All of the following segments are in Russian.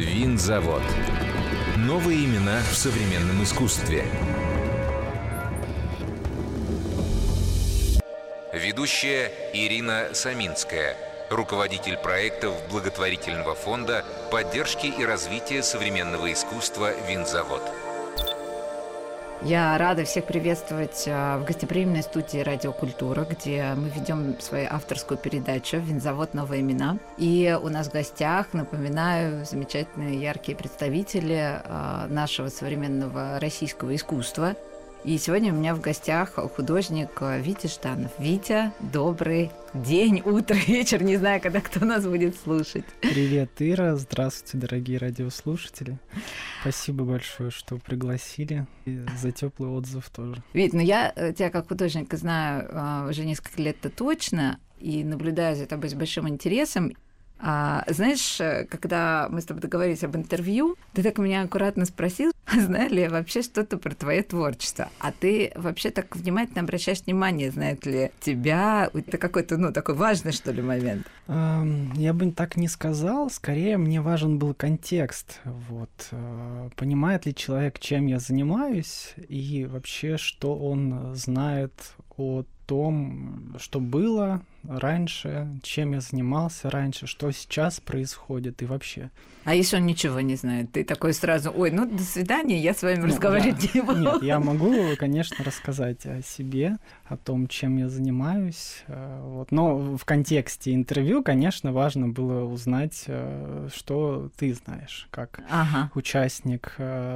Винзавод. Новые имена в современном искусстве. Ведущая Ирина Саминская, руководитель проектов благотворительного фонда поддержки и развития современного искусства «Винзавод». Я рада всех приветствовать в гостеприимной студии «Радио Культура», где мы ведем свою авторскую передачу «Винзавод. Новые имена». И у нас в гостях, напоминаю, замечательные яркие представители нашего современного российского искусства. И сегодня у меня в гостях художник Витя Жданов. Витя, добрый день, утро, вечер, не знаю, когда кто нас будет слушать. Привет, Ира, здравствуйте, дорогие радиослушатели. Спасибо большое, что пригласили, и за теплый отзыв тоже. Вить, я тебя как художника знаю уже несколько лет-то точно, и наблюдаю за тобой с большим интересом. Знаешь, когда мы с тобой договорились об интервью, ты так меня аккуратно спросил, знаю ли я вообще что-то про твое творчество. А ты вообще так внимательно обращаешь внимание, знает ли тебя. Это какой-то, такой важный, что ли, момент. Я бы так не сказал. Скорее, мне важен был контекст. Понимает ли человек, чем я занимаюсь, и вообще, что он знает о том, что было раньше, чем я занимался раньше, что сейчас происходит и вообще. А если он ничего не знает? Ты такой сразу, до свидания, я с вами разговаривать не буду. Нет, я могу, конечно, рассказать о себе, о том, чем я занимаюсь. Но в контексте интервью, конечно, важно было узнать, что ты знаешь, как участник,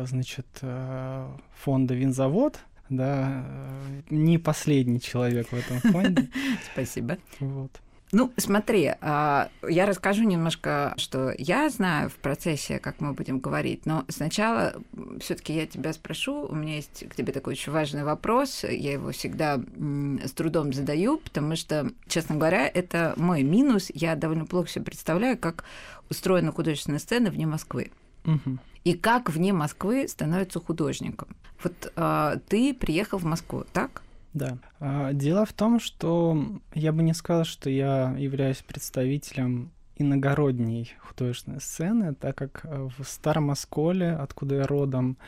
фонда «Винзавод». Да, не последний человек в этом фонде. Спасибо. Вот. Смотри, я расскажу немножко, что я знаю в процессе, как мы будем говорить, но сначала все-таки я тебя спрошу, у меня есть к тебе такой очень важный вопрос, я его всегда с трудом задаю, потому что, честно говоря, это мой минус, я довольно плохо себе представляю, как устроена художественная сцена вне Москвы. Угу. И как вне Москвы становится художником. Ты приехал в Москву, так? Да. Дело в том, что я бы не сказал, что я являюсь представителем иногородней художественной сцены, так как в Старом Осколе, откуда я родом,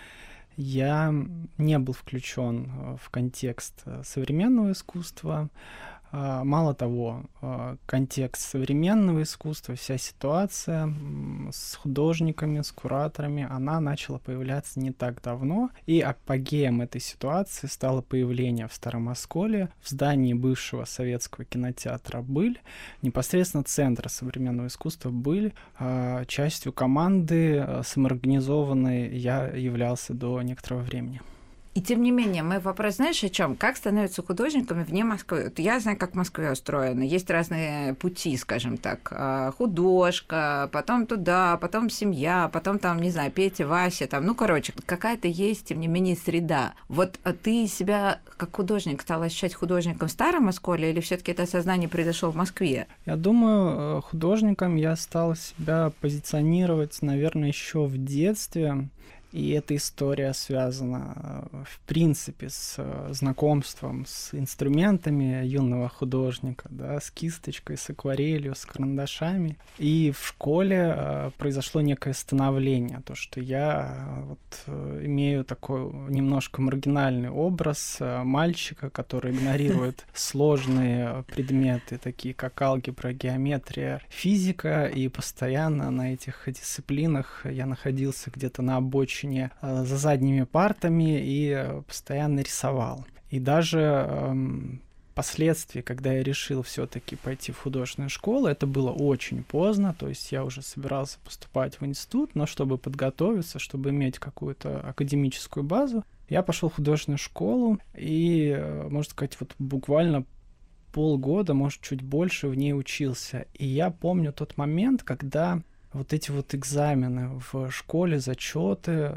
я не был включен в контекст современного искусства. Мало того, контекст современного искусства, вся ситуация с художниками, с кураторами, она начала появляться не так давно, и апогеем этой ситуации стало появление в Старом Осколе, в здании бывшего советского кинотеатра «Быль», непосредственно центра современного искусства «Быль». Частью команды самоорганизованной я являлся до некоторого времени. И тем не менее, мой вопрос, знаешь, о чем? Как становятся художниками вне Москвы? Я знаю, как в Москве устроено. Есть разные пути, скажем так. Художка, потом туда, потом семья, потом Петя, Вася, какая-то есть, тем не менее, среда. Ты себя как художник стал ощущать художником в Старом Осколе, или все-таки это осознание произошло в Москве? Я думаю, художником я стал себя позиционировать, наверное, еще в детстве. И эта история связана, в принципе, с знакомством с инструментами юного художника, да, с кисточкой, с акварелью, с карандашами. И в школе произошло некое становление, то, что я имею такой немножко маргинальный образ мальчика, который игнорирует сложные предметы, такие как алгебра, геометрия, физика, и постоянно на этих дисциплинах я находился где-то на обочине за задними партами и постоянно рисовал. И даже впоследствии, когда я решил все-таки пойти в художественную школу, это было очень поздно, то есть я уже собирался поступать в институт, но чтобы подготовиться, чтобы иметь какую-то академическую базу, я пошел в художественную школу и, можно сказать, буквально полгода, может, чуть больше в ней учился. И я помню тот момент, когда эти экзамены в школе, зачеты,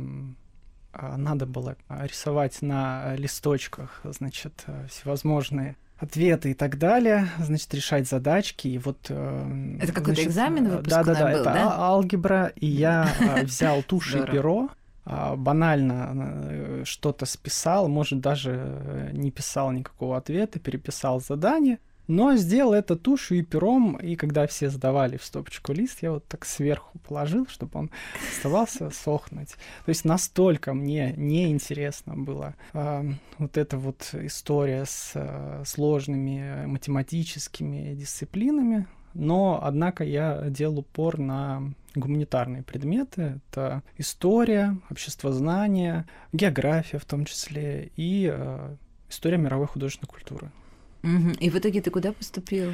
надо было рисовать на листочках, всевозможные ответы и так далее, решать задачки. И это какой-то экзамен выпускной был, да? Это алгебра, и я взял тушь и перо, банально что-то списал, может, даже не писал никакого ответа, переписал задание. Но сделал это тушью и пером, и когда все сдавали в стопочку лист, я вот так сверху положил, чтобы он оставался сохнуть. То есть настолько мне неинтересно было вот эта вот история с сложными математическими дисциплинами, но, однако, я делал упор на гуманитарные предметы. Это история, обществознание, география в том числе и история мировой художественной культуры. И в итоге ты куда поступил?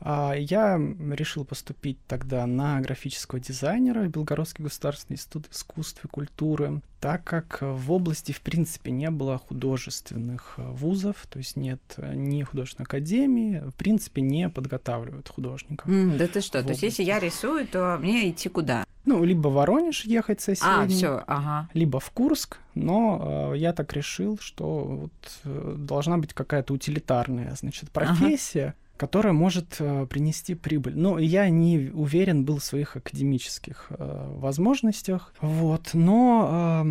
Я решил поступить тогда на графического дизайнера в Белгородский государственный институт искусств и культуры, так как в области, в принципе, не было художественных вузов, то есть нет ни художественной академии, в принципе, не подготавливают художников. Да ты что? То есть если я рисую, то мне идти куда? Либо в Воронеж ехать соседний, всё, ага. либо в Курск, но я так решил, что вот должна быть какая-то утилитарная, значит, профессия, которая может принести прибыль. Но я не уверен был в своих академических возможностях. Вот. Но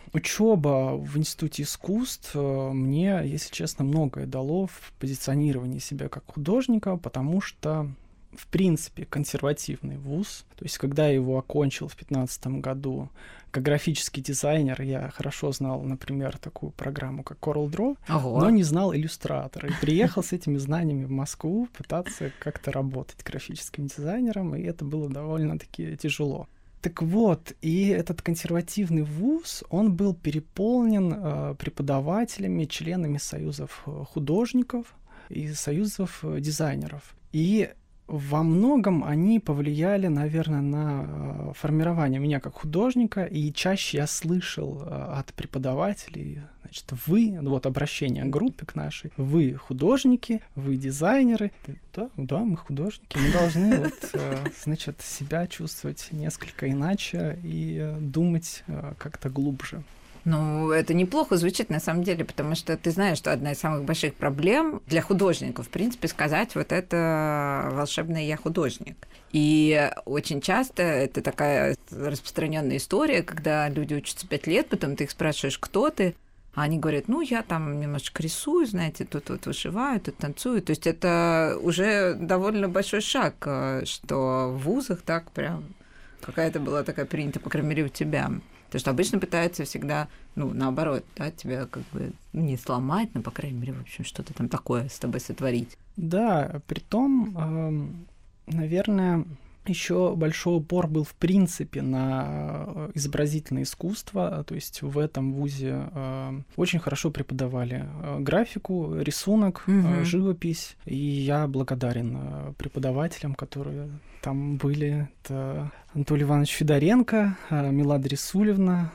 учеба в Институте искусств мне, если честно, многое дало в позиционировании себя как художника, потому что в принципе, консервативный вуз. То есть, когда я его окончил в 2015 году, как графический дизайнер, я хорошо знал, например, такую программу, как CorelDRAW, но не знал Illustrator. И приехал с этими знаниями в Москву пытаться как-то работать графическим дизайнером, и это было довольно-таки тяжело. Так вот, и этот консервативный вуз, он был переполнен преподавателями, членами союзов художников и союзов дизайнеров. И во многом они повлияли, наверное, на формирование меня как художника, и чаще я слышал от преподавателей, значит, вы, вот обращение к группе к нашей, вы художники, вы дизайнеры. Да, мы художники, мы должны, вот, значит, себя чувствовать несколько иначе и думать как-то глубже. Ну, это неплохо звучит на самом деле, потому что ты знаешь, что одна из самых больших проблем для художников, в принципе, сказать вот это волшебное «я художник». И очень часто это такая распространенная история, когда люди учатся 5 лет, потом ты их спрашиваешь, кто ты, а они говорят, я там немножечко рисую, знаете, тут вот вышиваю, тут танцую. То есть это уже довольно большой шаг, что в вузах так прям какая-то была такая принята, по крайней мере, у тебя. Потому что обычно пытаются всегда, наоборот, да, тебя как бы не сломать, но, по крайней мере, в общем, что-то там такое с тобой сотворить. Да, притом, наверное, еще большой упор был в принципе на изобразительное искусство, то есть в этом вузе очень хорошо преподавали графику, рисунок, живопись, и я благодарен преподавателям, которые там были. Это Анатолий Иванович Федоренко, Милада Рисулевна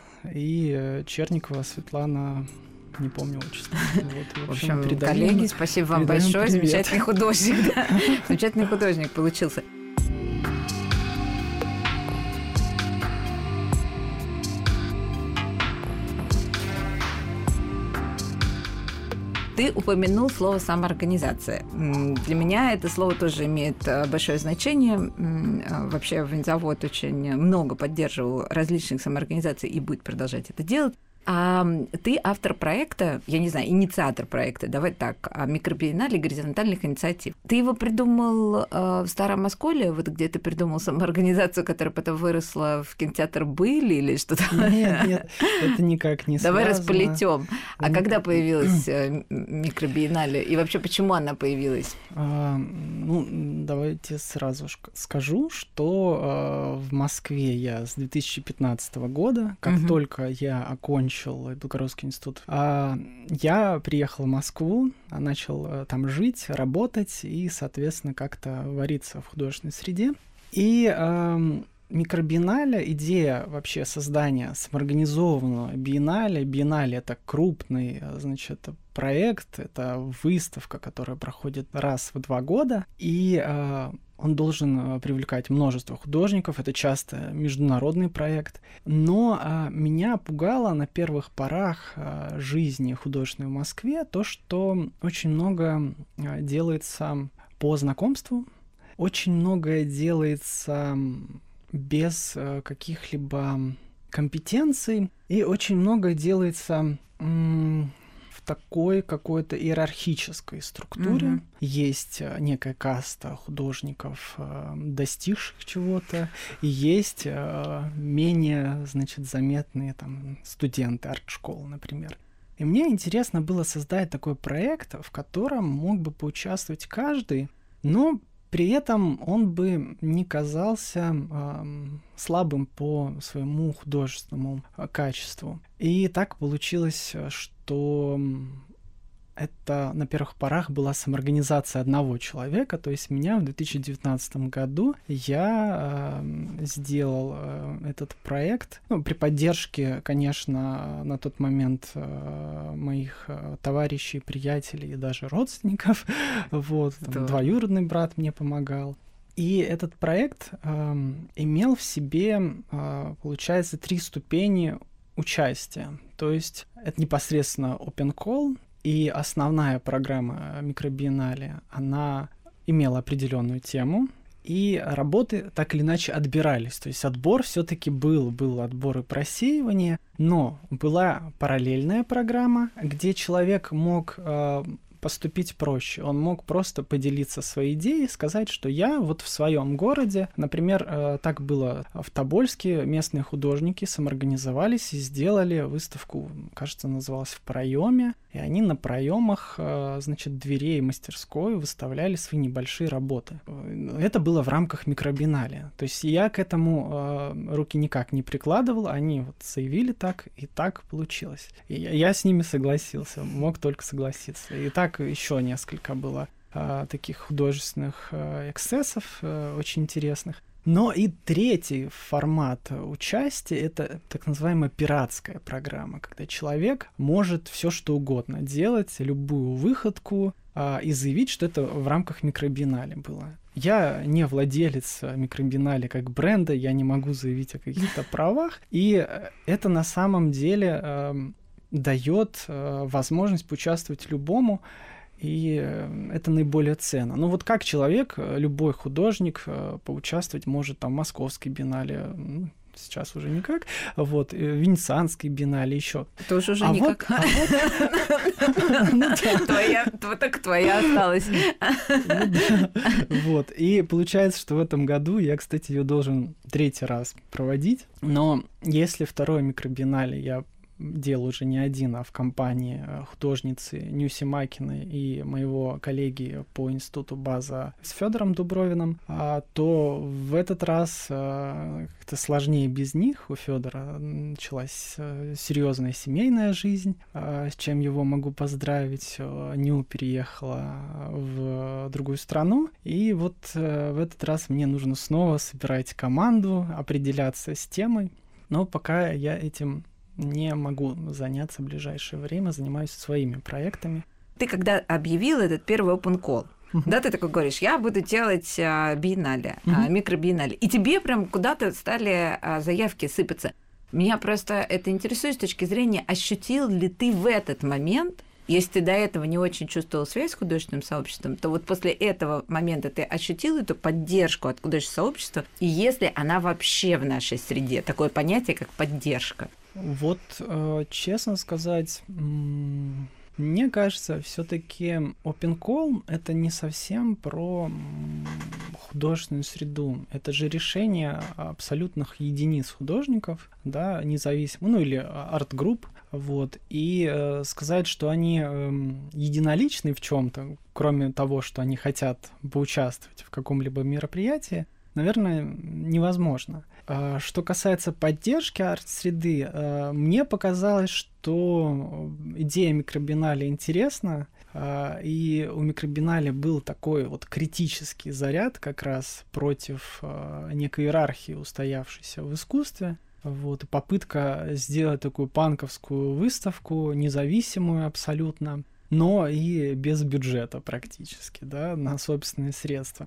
и Черникова Светлана, не помню отчество. Вот, в общем, коллеги, спасибо вам большое, привет. Замечательный художник, да. Замечательный художник получился. Ты упомянул слово «самоорганизация». Для меня это слово тоже имеет большое значение. Вообще Винзавод очень много поддерживал различных самоорганизаций и будет продолжать это делать. А ты автор проекта, я не знаю, инициатор проекта, давай так, микробиеннале горизонтальных инициатив. Ты его придумал в Старом Осколе, вот где ты придумал самоорганизацию, которая потом выросла в кинотеатр «Быль» или что-то? Нет, это никак не связано. Давай расплетем. А когда появилась микробиеннале? И вообще, почему она появилась? Давайте сразу скажу, что в Москве я с 2015 года, как только я окончил Белгородский институт, я приехал в Москву, начал там жить, работать и, соответственно, как-то вариться в художественной среде. И микробиеннале, идея вообще создания самоорганизованного биеннале. Биеннале — это крупный, значит, проект, это выставка, которая проходит раз в 2 года, и он должен привлекать множество художников, это часто международный проект. Но меня пугало на первых порах жизни художественной в Москве то, что очень много делается по знакомству, очень многое делается без каких-либо компетенций, и очень многое делается в такой какой-то иерархической структуре. Есть некая каста художников, достигших чего-то, и есть менее, заметные там студенты арт-школы, например. И мне интересно было создать такой проект, в котором мог бы поучаствовать каждый, но при этом он бы не казался слабым по своему художественному качеству. И так получилось, что это на первых порах была самоорганизация одного человека, то есть меня в 2019 году я сделал этот проект, при поддержке, конечно, на тот момент моих товарищей, приятелей и даже родственников. Двоюродный брат мне помогал. И этот проект имел в себе, получается, 3 ступени участия. То есть это непосредственно open call, и основная программа микробиеннале, она имела определенную тему, и работы так или иначе отбирались. То есть отбор все-таки был отбор и просеивание, но была параллельная программа, где человек мог поступить проще. Он мог просто поделиться своей идеей, сказать, что я вот в своем городе, например, так было в Тобольске, местные художники самоорганизовались и сделали выставку, кажется, называлась «В проеме», и они на проемах, дверей мастерской выставляли свои небольшие работы. Это было в рамках микробиеннале. То есть я к этому руки никак не прикладывал, они вот заявили так, и так получилось. И я с ними согласился, мог только согласиться. И так еще несколько было таких художественных эксцессов очень интересных. Но и третий формат участия — это так называемая пиратская программа, когда человек может все что угодно делать, любую выходку, и заявить, что это в рамках микробиеннале было. Я не владелец микробиеннале как бренда, я не могу заявить о каких-то правах, и это на самом деле дает возможность поучаствовать любому, и это наиболее ценно. Ну вот как человек, любой художник, поучаствовать может там в Московской биеннале, сейчас уже никак, в Венецианской биеннале еще. Тоже уже никак. Твоя осталась. И получается, что в этом году я, кстати, ее должен 3-й раз проводить, но если второе микробиеннале я делал уже не один, а в компании художницы Нюси Макиной и моего коллеги по институту БАЗа с Федором Дубровиным, то в этот раз как-то сложнее без них. У Федора началась серьезная семейная жизнь, с чем его могу поздравить. Ню переехала в другую страну, и в этот раз мне нужно снова собирать команду, определяться с темой, но пока я этим не могу заняться в ближайшее время, занимаюсь своими проектами. Ты когда объявил этот первый open call, да, ты такой говоришь, я буду делать биеннале, микробиеннале, и тебе прям куда-то стали заявки сыпаться. Меня просто это интересует с точки зрения, ощутил ли ты в этот момент, если ты до этого не очень чувствовал связь с художественным сообществом, то вот после этого момента ты ощутил эту поддержку от художественного сообщества, и если она вообще в нашей среде, такое понятие, как поддержка. Честно сказать, мне кажется, все-таки open call — это не совсем про художественную среду. Это же решение абсолютных единиц художников, да, независимо, или арт-групп, и сказать, что они единоличны в чем-то, кроме того, что они хотят поучаствовать в каком-либо мероприятии, наверное, невозможно. Что касается поддержки арт-среды, мне показалось, что идея микробиеннале интересна, и у микробиеннале был такой критический заряд как раз против некой иерархии, устоявшейся в искусстве. Попытка сделать такую панковскую выставку, независимую абсолютно, но и без бюджета практически, да, на собственные средства.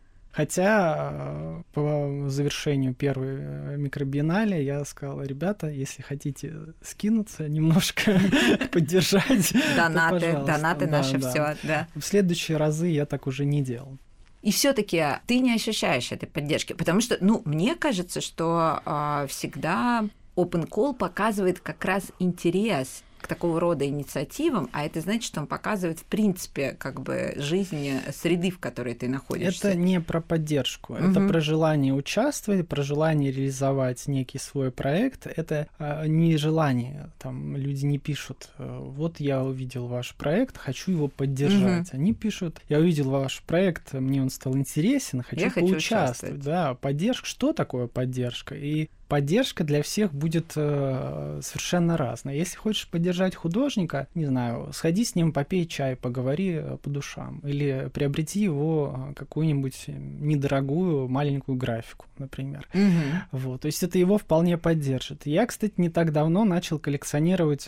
Хотя по завершению первой микробиеннале я сказал: ребята, если хотите скинуться, немножко поддержать, донаты наши все, да. В следующие разы я так уже не делал. И все-таки ты не ощущаешь этой поддержки, потому что, мне кажется, что всегда open call показывает как раз интерес к такого рода инициативам, а это значит, что он показывает, в принципе, как бы жизнь среды, в которой ты находишься. Это не про поддержку, это про желание участвовать, про желание реализовать некий свой проект. Это не желание, там люди не пишут: вот я увидел ваш проект, хочу его поддержать. Они пишут: я увидел ваш проект, мне он стал интересен, хочу поучаствовать. Да, поддержка. Что такое поддержка? И поддержка для всех будет совершенно разная. Если хочешь поддержать художника, не знаю, сходи с ним, попей чай, поговори по душам. Или приобрети его какую-нибудь недорогую маленькую графику, например. Вот. То есть это его вполне поддержит. Я, кстати, не так давно начал коллекционировать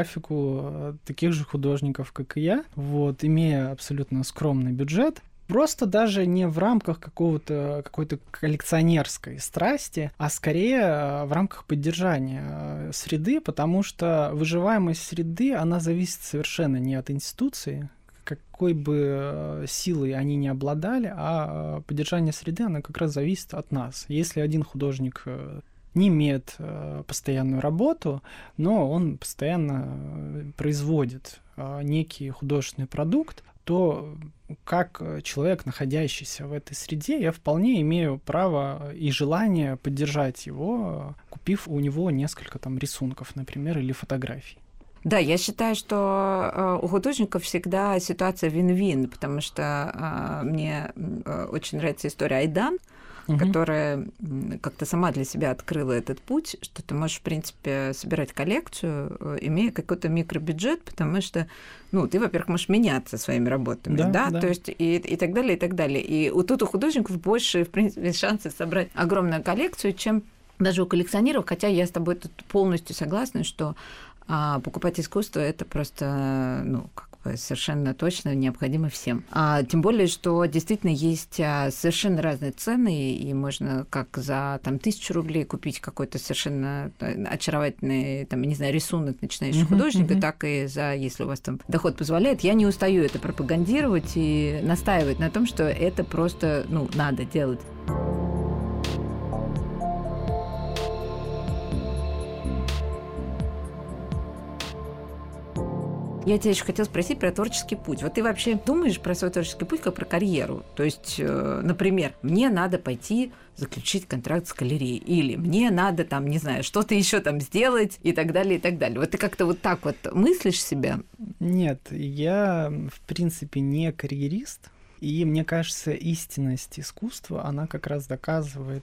графику таких же художников, как и я, вот, имея абсолютно скромный бюджет. Просто даже не в рамках какой-то коллекционерской страсти, а скорее в рамках поддержания среды, потому что выживаемость среды, она зависит совершенно не от институции, какой бы силой они ни обладали, а поддержание среды, оно как раз зависит от нас. Если один художник не имеет постоянную работу, но он постоянно производит некий художественный продукт, то как человек, находящийся в этой среде, я вполне имею право и желание поддержать его, купив у него несколько там рисунков, например, или фотографий. Да, я считаю, что у художников всегда ситуация вин-вин, потому что мне очень нравится история Айдан, которая как-то сама для себя открыла этот путь, что ты можешь, в принципе, собирать коллекцию, имея какой-то микробюджет, потому что, ты, во-первых, можешь меняться своими работами, да? То есть и так далее, и так далее. И тут у художников больше, в принципе, шансов собрать огромную коллекцию, чем даже у коллекционеров, хотя я с тобой тут полностью согласна, что покупать искусство — это просто, совершенно точно необходимо всем. Тем более, что действительно есть совершенно разные цены, и можно как за 1000 рублей купить какой-то совершенно очаровательный, рисунок начинающего художника, так и за, если у вас там доход позволяет. Я не устаю это пропагандировать и настаивать на том, что это просто, надо делать. Я тебя еще хотела спросить про творческий путь. Вот ты вообще думаешь про свой творческий путь как про карьеру? То есть, например, мне надо пойти заключить контракт с галереей, или мне надо что-то еще сделать, и так далее, и так далее. Вот ты как-то вот так вот мыслишь себя? Нет, я, в принципе, не карьерист, и мне кажется, истинность искусства, она как раз доказывает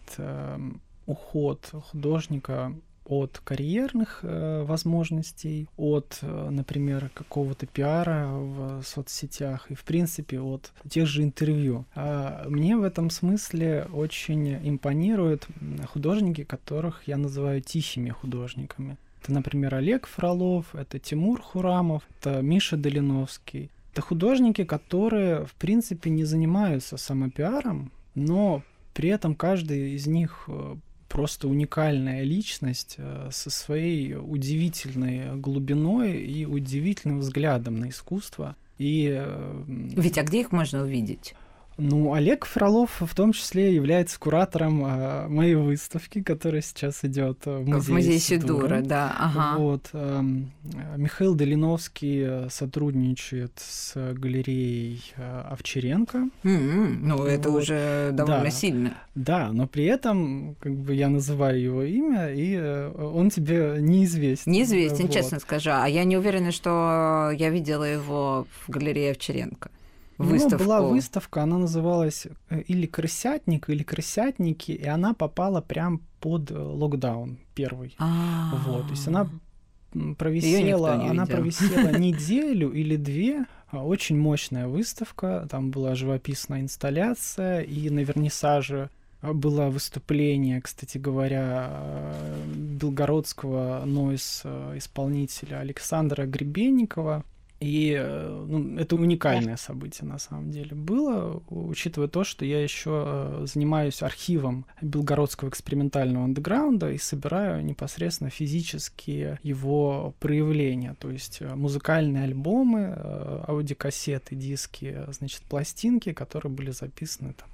уход художника от карьерных возможностей, от, например, какого-то пиара в соцсетях и, в принципе, от тех же интервью. Мне в этом смысле очень импонируют художники, которых я называю тихими художниками. Это, например, Олег Фролов, это Тимур Хурамов, это Миша Долиновский. Это художники, которые, в принципе, не занимаются самопиаром, но при этом каждый из них просто уникальная личность со своей удивительной глубиной и удивительным взглядом на искусство. Ведь где их можно увидеть? Олег Фролов в том числе является куратором моей выставки, которая сейчас идет в музее Сидура. Да. Ага. Вот. Михаил Долиновский сотрудничает с галереей Овчаренко. Это уже довольно сильно. Да, но при этом я называю его имя, и он тебе неизвестен. Неизвестен, честно скажу. А я не уверена, что я видела его в галерее Овчаренко. Была выставка, она называлась или «Крысятник», или «Крысятники», и она попала прям под локдаун первый. Вот, то есть она провисела неделю или две. Очень мощная выставка, там была живописная инсталляция, и на вернисаже было выступление, кстати говоря, белгородского нойз-исполнителя Александра Гребенникова. И это уникальное событие на самом деле было, учитывая то, что я еще занимаюсь архивом белгородского экспериментального андеграунда и собираю непосредственно физические его проявления, то есть музыкальные альбомы, аудиокассеты, диски, пластинки, которые были записаны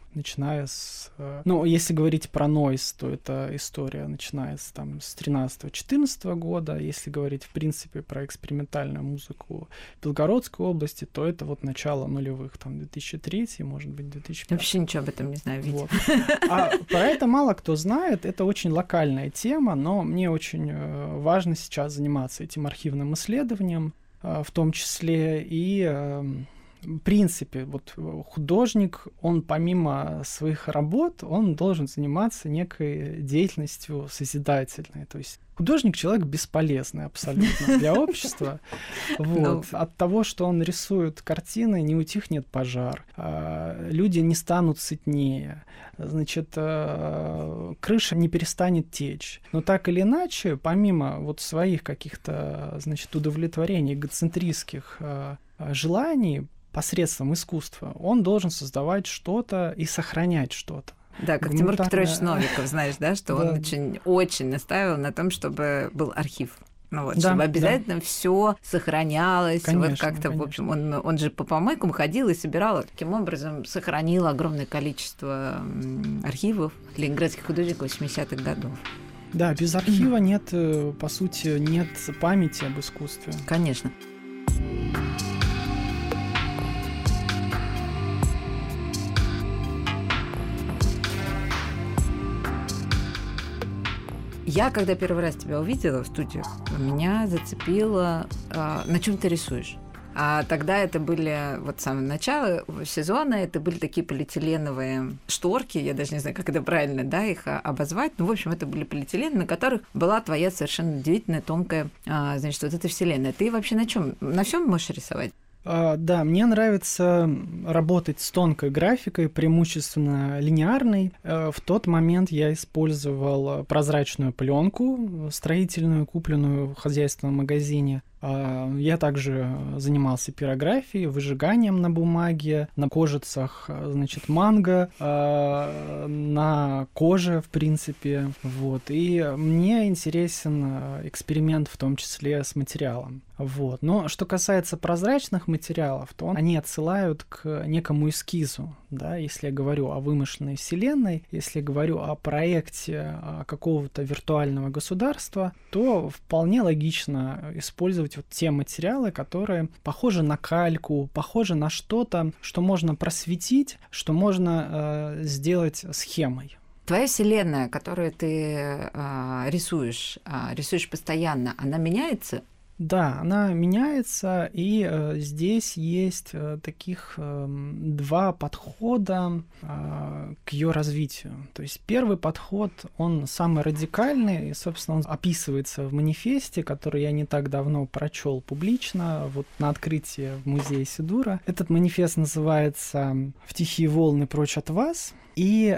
начиная с... Ну, если говорить про нойз, то это история, начиная с 13-14 года. Если говорить, в принципе, про экспериментальную музыку Белгородской области, то это вот начало нулевых, 2003, может быть, 2005. Вообще ничего об этом не знаю, видимо. Вот. А про это мало кто знает, это очень локальная тема, но мне очень важно сейчас заниматься этим архивным исследованием, в том числе и... В принципе, вот художник, он помимо своих работ, он должен заниматься некой деятельностью созидательной. То есть художник — человек бесполезный абсолютно для общества. Вот. От того, что он рисует картины, не утихнет пожар, люди не станут сытнее, значит, крыша не перестанет течь. Но так или иначе, помимо вот своих каких-то, значит, удовлетворений, эгоцентристских желаний, посредством искусства, он должен создавать что-то и сохранять что-то. Да, как Тимур Петрович Новиков, знаешь, да, что он очень настаивал на том, чтобы был архив. Ну вот, чтобы обязательно все сохранялось. Конечно, вот как-то, конечно. В общем, он же по помойкам ходил и собирал. Таким образом, сохранил огромное количество архивов ленинградских художников 80-х годов. Да, без архива нет, по сути, нет памяти об искусстве. Конечно. Я, когда первый раз тебя увидела в студиях, меня зацепило, на чем ты рисуешь. А тогда это были, вот с самого начала сезона, это были такие полиэтиленовые шторки, я даже не знаю, как это правильно, да, их обозвать. Ну, в общем, это были полиэтилены, на которых была твоя совершенно удивительная, тонкая, значит, вот эта вселенная. Ты вообще на чем? На всем можешь рисовать? Да, мне нравится работать с тонкой графикой, преимущественно линеарной. В тот момент я использовал прозрачную пленку строительную, купленную в хозяйственном магазине. Я также занимался пирографией, выжиганием на бумаге, на кожицах, значит, манго, на коже, в принципе. Вот. И мне интересен эксперимент в том числе с материалом. Вот. Но что касается прозрачных материалов, то они отсылают к некому эскизу. Да? Если я говорю о вымышленной вселенной, если я говорю о проекте какого-то виртуального государства, то вполне логично использовать вот те материалы, которые похожи на кальку, похожи на что-то, что можно просветить, что можно сделать схемой. Твоя вселенная, которую ты рисуешь постоянно, она меняется? Да, она меняется, и здесь есть таких два подхода к ее развитию. То есть первый подход, он самый радикальный, и, собственно, он описывается в манифесте, который я не так давно прочел публично, вот на открытии в музее Сидура. Этот манифест называется «В тихие волны прочь от вас», и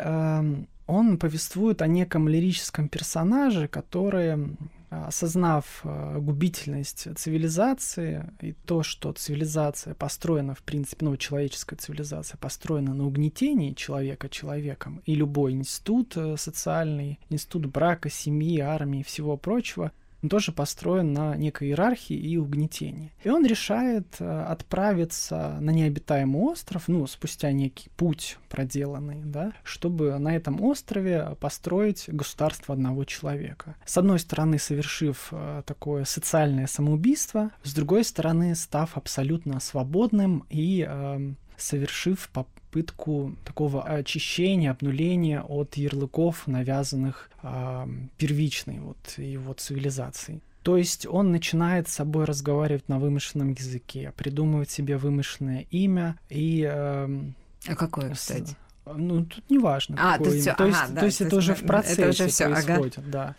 он повествует о неком лирическом персонаже, который, осознав губительность цивилизации и то, что цивилизация построена, в принципе, человеческая цивилизация построена на угнетении человека человеком, и любой институт социальный, институт брака, семьи, армии, всего прочего, он тоже построен на некой иерархии и угнетении. И он решает отправиться на необитаемый остров, спустя некий путь проделанный, да, чтобы на этом острове построить государство одного человека. С одной стороны, совершив такое социальное самоубийство, с другой стороны, став абсолютно свободным и совершив попытку такого очищения, обнуления от ярлыков, навязанных первичной его цивилизацией. То есть он начинает с собой разговаривать на вымышленном языке, придумывать себе вымышленное имя и... А какое, кстати? Тут не важно. То есть это уже в процессе это уже происходит. Ага. Да.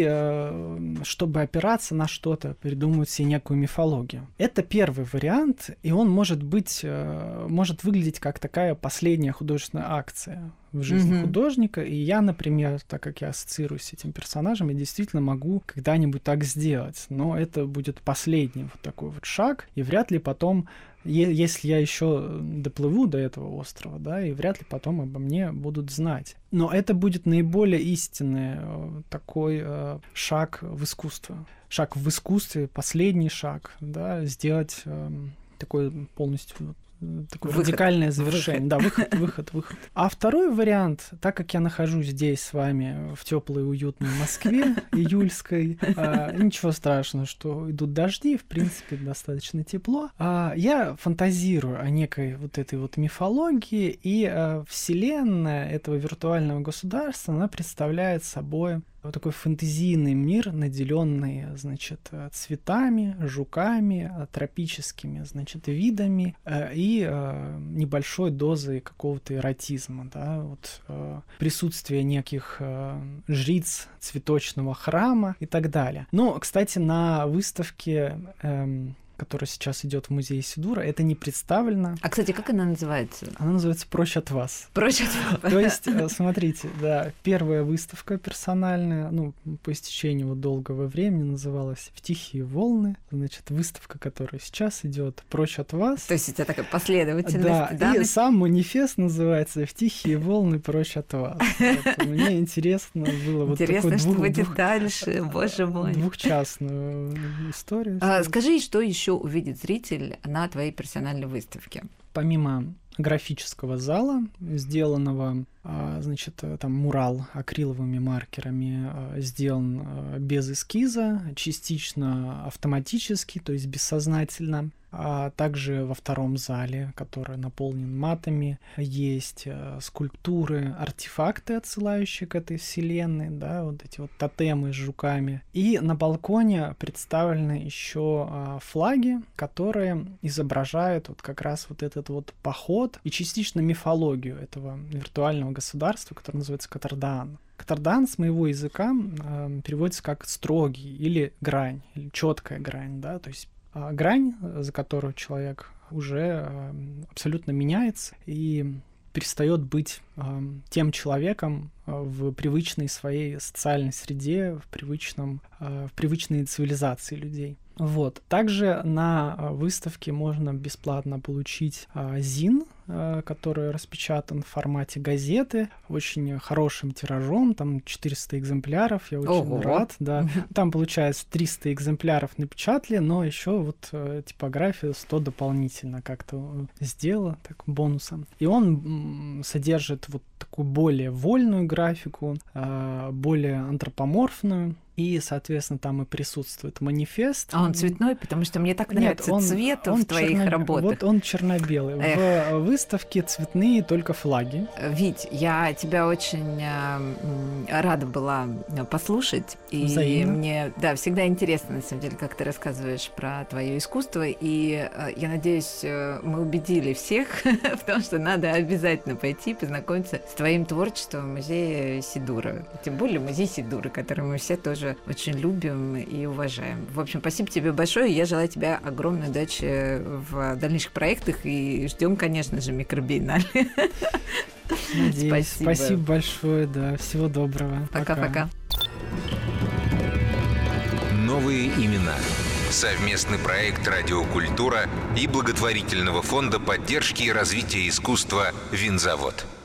И чтобы опираться на что-то, придумывать себе некую мифологию. Это первый вариант, и он может выглядеть как такая последняя художественная акция в жизни художника. И я, например, так как я ассоциируюсь с этим персонажем, я действительно могу когда-нибудь так сделать. Но это будет последний вот такой вот шаг, и вряд ли потом, если я еще доплыву до этого острова, да, и вряд ли потом обо мне будут знать. Но это будет наиболее истинный такой шаг в искусство. Шаг в искусстве, последний шаг, да, сделать такой полностью такое радикальное завершение. Да, выход. А второй вариант, так как я нахожусь здесь с вами в теплой, уютной Москве, июльской, ничего страшного, что идут дожди, в принципе, достаточно тепло, я фантазирую о некой вот этой вот мифологии, и вселенная этого виртуального государства, она представляет собой вот такой фэнтезийный мир, наделенный, значит, цветами, жуками, тропическими, значит, видами и небольшой дозой какого-то эротизма, да, вот присутствие неких жриц цветочного храма и так далее. Но, кстати, на выставке которая сейчас идет в музее Сидура, это не представлено. А, кстати, как она называется? Она называется «Прочь от вас». «Прочь от вас». То есть, смотрите, да, первая выставка персональная, по истечению вот долгого времени называлась «В тихие волны». Значит, выставка, которая сейчас идет «Прочь от вас». То есть у тебя такая последовательность. Да, и сам манифест называется «В тихие волны, прочь от вас». Мне интересно было вот такую интересно, что будет дальше, боже мой. Двухчастную историю. Скажи, что еще увидит зритель на твоей персональной выставке? Помимо графического зала, сделанного, значит, там мурал акриловыми маркерами сделан без эскиза, частично автоматически, то есть бессознательно. А также во втором зале, который наполнен матами, есть скульптуры, артефакты, отсылающие к этой вселенной, да, вот эти вот тотемы с жуками. И на балконе представлены еще флаги, которые изображают вот как раз вот этот вот поход и частично мифологию этого виртуального государства, которое называется Катардаан. Катардаан с моего языка переводится как строгий или грань, или четкая грань, да, то есть грань, за которую человек уже абсолютно меняется и перестает быть тем человеком в привычной своей социальной среде, в привычной цивилизации людей. Вот. Также на выставке можно бесплатно получить ЗИН, который распечатан в формате газеты, очень хорошим тиражом, там 400 экземпляров, я очень рад. Да. Там, получается, 300 экземпляров напечатали, но еще вот типография 100 дополнительно как-то сделала, так, бонусом. И он содержит вот такую более вольную графику, более антропоморфную, и, соответственно, там и присутствует манифест. А он цветной? Потому что мне так нравится цвет в твоих работах. Вот он черно-белый. В выставке цветные только флаги. Вить, я тебя очень рада была послушать. И взаимно. Мне всегда интересно, на самом деле, как ты рассказываешь про твое искусство. И я надеюсь, мы убедили всех в том, что надо обязательно пойти познакомиться с твоим творчеством в музее Сидура. Тем более музей Сидура, который мы все тоже очень любим и уважаем. В общем, спасибо тебе большое. Я желаю тебе огромной удачи в дальнейших проектах и ждем, конечно же, микробиеннале. Надеюсь. Спасибо большое, да. Всего доброго. Пока-пока. Новые имена. Совместный проект «Радиокультура» и благотворительного фонда поддержки и развития искусства «Винзавод».